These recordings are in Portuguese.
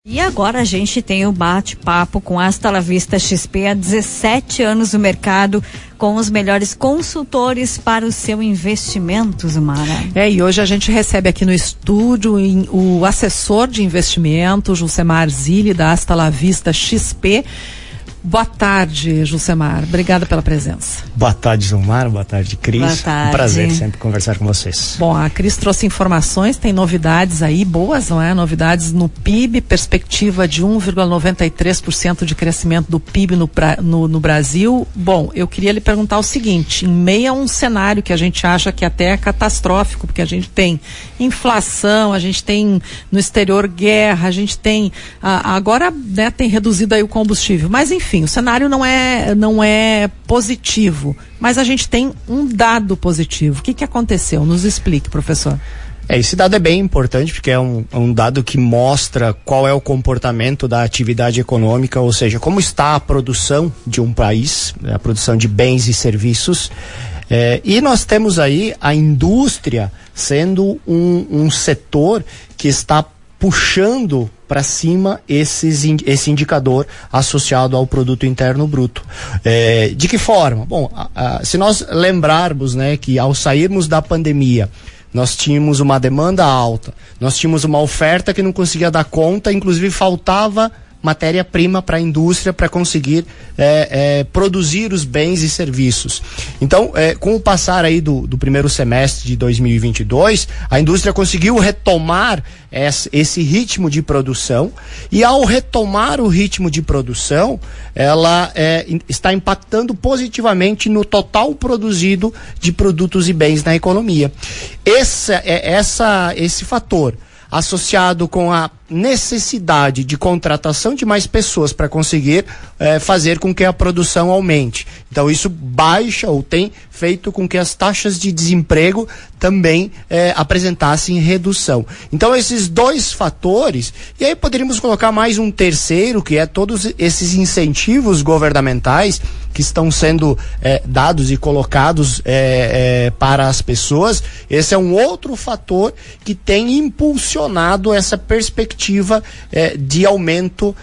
E agora a gente tem o bate-papo com a Hasta La Vista XP, há 17 anos no mercado, com os melhores consultores para o seu investimento, Zumara. E hoje a gente recebe aqui no estúdio o assessor de investimento, Jucemar Zilli, da Hasta La Vista XP. Boa tarde, Jucemar. Obrigada pela presença. Boa tarde, Zumara. Boa tarde, Cris. Boa tarde. Um prazer sempre conversar com vocês. Bom, a Cris trouxe informações, tem novidades aí boas, não é? Novidades no PIB, perspectiva de 1,93% de crescimento do PIB no Brasil. Bom, eu queria lhe perguntar o seguinte, em meio a um cenário que a gente acha que até é catastrófico, porque a gente tem inflação, a gente tem no exterior guerra, a gente tem, agora, né, tem reduzido aí o combustível, mas enfim, o cenário não é positivo, mas a gente tem um dado positivo. O que aconteceu? Nos explique, professor. Esse dado é bem importante porque é um dado que mostra qual é o comportamento da atividade econômica, ou seja, como está a produção de um país, a produção de bens e serviços. E nós temos aí a indústria sendo um setor que está puxando para cima esse indicador associado ao produto interno bruto. De que forma? Bom, se nós lembrarmos, né, que ao sairmos da pandemia nós tínhamos uma demanda alta, nós tínhamos uma oferta que não conseguia dar conta, inclusive faltava matéria-prima para a indústria para conseguir produzir os bens e serviços. Então, com o passar aí do primeiro semestre de 2022, a indústria conseguiu retomar esse ritmo de produção, e ao retomar o ritmo de produção, ela está impactando positivamente no total produzido de produtos e bens na economia. Esse fator, associado com a necessidade de contratação de mais pessoas para conseguir fazer com que a produção aumente. Então isso baixa ou tem feito com que as taxas de desemprego também apresentassem redução. Então esses dois fatores, e aí poderíamos colocar mais um terceiro, que é todos esses incentivos governamentais que estão sendo dados e colocados para as pessoas. Esse é um outro fator que tem impulsionado essa perspectiva de aumento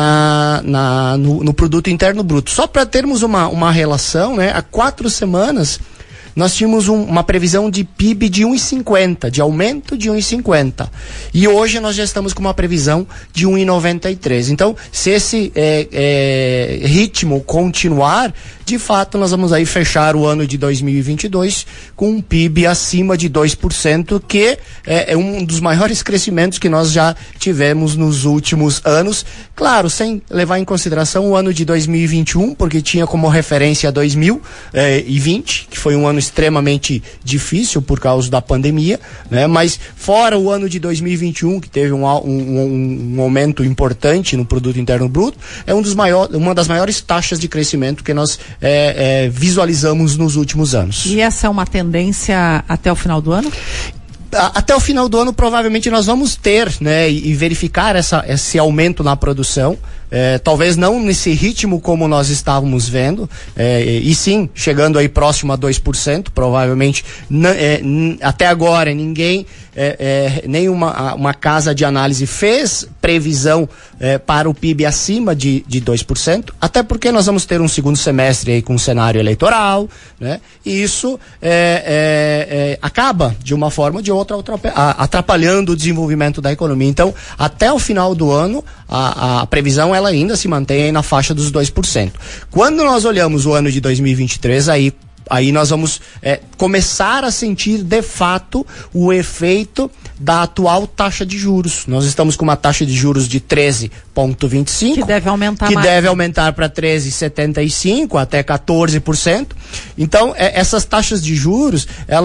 no produto interno bruto. Só para termos uma relação, né, há 4 semanas nós tínhamos uma previsão de PIB de 1,50, de aumento de 1,50. E hoje nós já estamos com uma previsão de 1,93. Então, se esse ritmo continuar, de fato nós vamos aí fechar o ano de 2022 com um PIB acima de 2%, que é um dos maiores crescimentos que nós já tivemos nos últimos anos. Claro, sem levar em consideração o ano de 2021, porque tinha como referência 2020, que foi um ano extremamente difícil por causa da pandemia, né? Mas fora o ano de 2021, que teve um aumento importante no produto interno bruto, é uma das maiores taxas de crescimento que nós visualizamos nos últimos anos. E essa é uma tendência até o final do ano? Até o final do ano provavelmente nós vamos ter, né, e verificar esse aumento na produção, talvez não nesse ritmo como nós estávamos vendo, e sim chegando aí próximo a 2%, provavelmente até agora ninguém, nenhuma casa de análise fez previsão para o PIB acima de 2%, até porque nós vamos ter um segundo semestre aí com um cenário eleitoral, né, e isso acaba de uma forma ou de outra atrapalhando o desenvolvimento da economia. Então, até o final do ano, a previsão ela ainda se mantém aí na faixa dos 2%. Quando nós olhamos o ano de 2023, aí nós vamos começar a sentir de fato o efeito da atual taxa de juros. Nós estamos com uma taxa de juros de 13,25, que deve aumentar deve aumentar para 13,75 até 14%. Então, essas taxas de juros,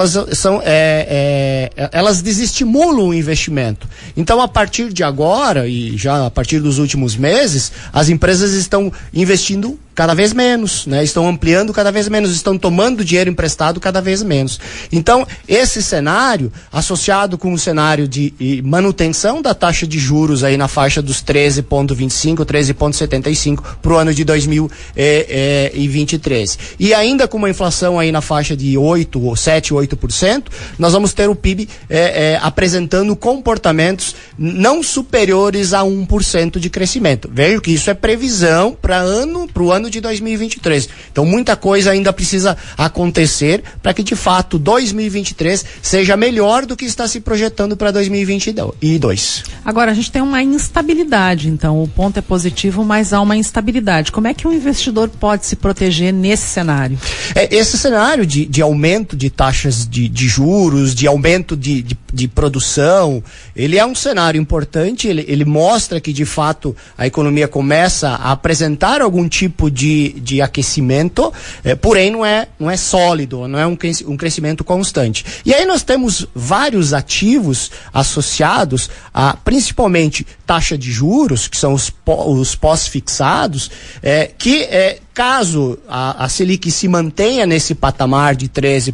elas desestimulam o investimento. Então, a partir de agora e já a partir dos últimos meses, as empresas estão investindo cada vez menos, né? Estão ampliando cada vez menos, estão tomando dinheiro emprestado cada vez menos. Então, esse cenário, associado com o cenário de manutenção da taxa de juros aí na faixa dos 13,25, 13,75 para o ano de 2023. E ainda com uma inflação aí na faixa de 7, 8%, nós vamos ter o PIB apresentando comportamentos não superiores a 1% de crescimento. Vejo que isso é previsão para o ano de 2023. Então, muita coisa ainda precisa acontecer para que, de fato, 2023 seja melhor do que está se projetando para 2022. Agora, a gente tem uma instabilidade, então, o ponto é positivo, mas há uma instabilidade. Como é que o investidor pode se proteger nesse cenário? Esse cenário de aumento de taxas de juros, de aumento de produção, ele é um cenário importante, ele mostra que, de fato, a economia começa a apresentar algum tipo de aquecimento, porém não é sólido, não é um crescimento constante. E aí nós temos vários ativos associados a, principalmente, taxa de juros, que são os pós-fixados, caso a Selic se mantenha nesse patamar de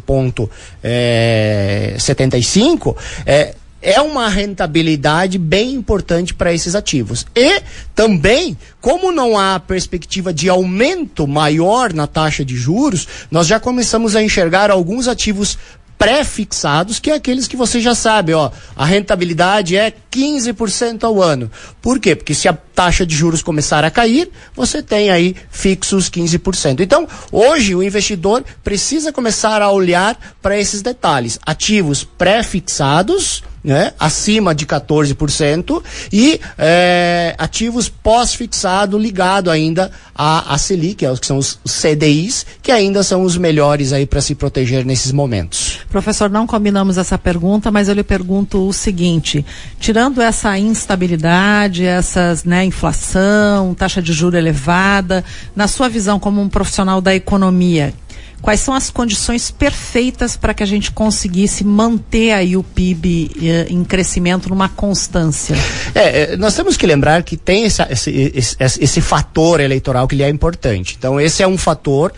13,75, é uma rentabilidade bem importante para esses ativos. E também, como não há perspectiva de aumento maior na taxa de juros, nós já começamos a enxergar alguns ativos pré-fixados, que é aqueles que você já sabe, a rentabilidade é 15% ao ano. Por quê? Porque se a taxa de juros começar a cair, você tem aí fixos 15%. Então, hoje o investidor precisa começar a olhar para esses detalhes. Ativos pré-fixados, né, acima de 14%, e ativos pós-fixado ligado ainda à Selic, que são os CDIs, que ainda são os melhores aí para se proteger nesses momentos. Professor, não combinamos essa pergunta, mas eu lhe pergunto o seguinte: tirando essa instabilidade, essas, inflação, taxa de juros elevada, na sua visão como um profissional da economia, quais são as condições perfeitas para que a gente conseguisse manter aí o PIB em crescimento numa constância? Nós temos que lembrar que tem esse fator eleitoral que ele é importante. Então, esse é um fator,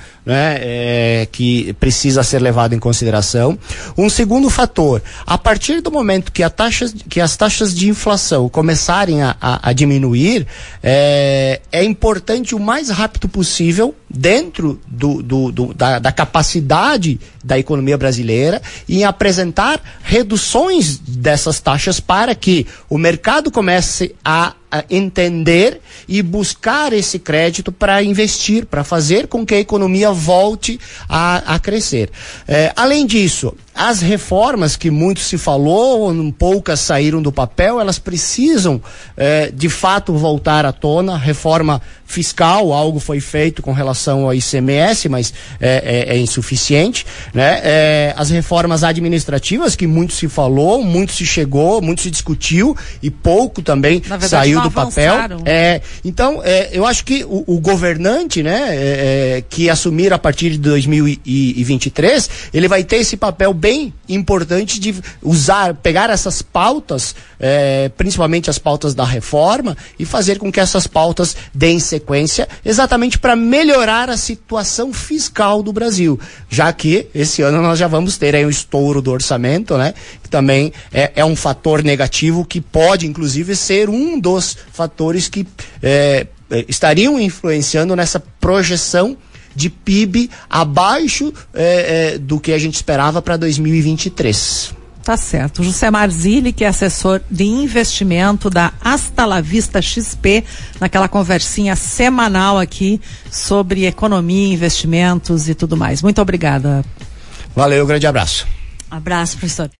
que precisa ser levado em consideração. Um segundo fator: a partir do momento que as taxas de inflação começarem a diminuir, é importante o mais rápido possível, dentro da capacidade da economia brasileira, em apresentar reduções dessas taxas para que o mercado comece a entender e buscar esse crédito para investir, para fazer com que a economia volte a crescer. Além disso, as reformas que muito se falou, poucas saíram do papel, elas precisam de fato voltar à tona. Reforma fiscal, algo foi feito com relação ao ICMS, mas é insuficiente, né? As reformas administrativas, que muito se falou, muito se chegou, muito se discutiu e pouco também saiu do papel. Então, eu acho que o governante, que assumir a partir de 2023, ele vai ter esse papel bem importante de pegar essas pautas, principalmente as pautas da reforma, e fazer com que essas pautas deem sequência, exatamente para melhorar a situação fiscal do Brasil, já que esse ano nós já vamos ter aí um estouro do orçamento, que também é um fator negativo, que pode inclusive ser um dos fatores que estariam influenciando nessa projeção de PIB abaixo do que a gente esperava para 2023. Tá certo. Jucemar Zilli, que é assessor de investimento da Hasta La Vista XP, naquela conversinha semanal aqui sobre economia, investimentos e tudo mais. Muito obrigada. Valeu, grande abraço. Abraço, professor.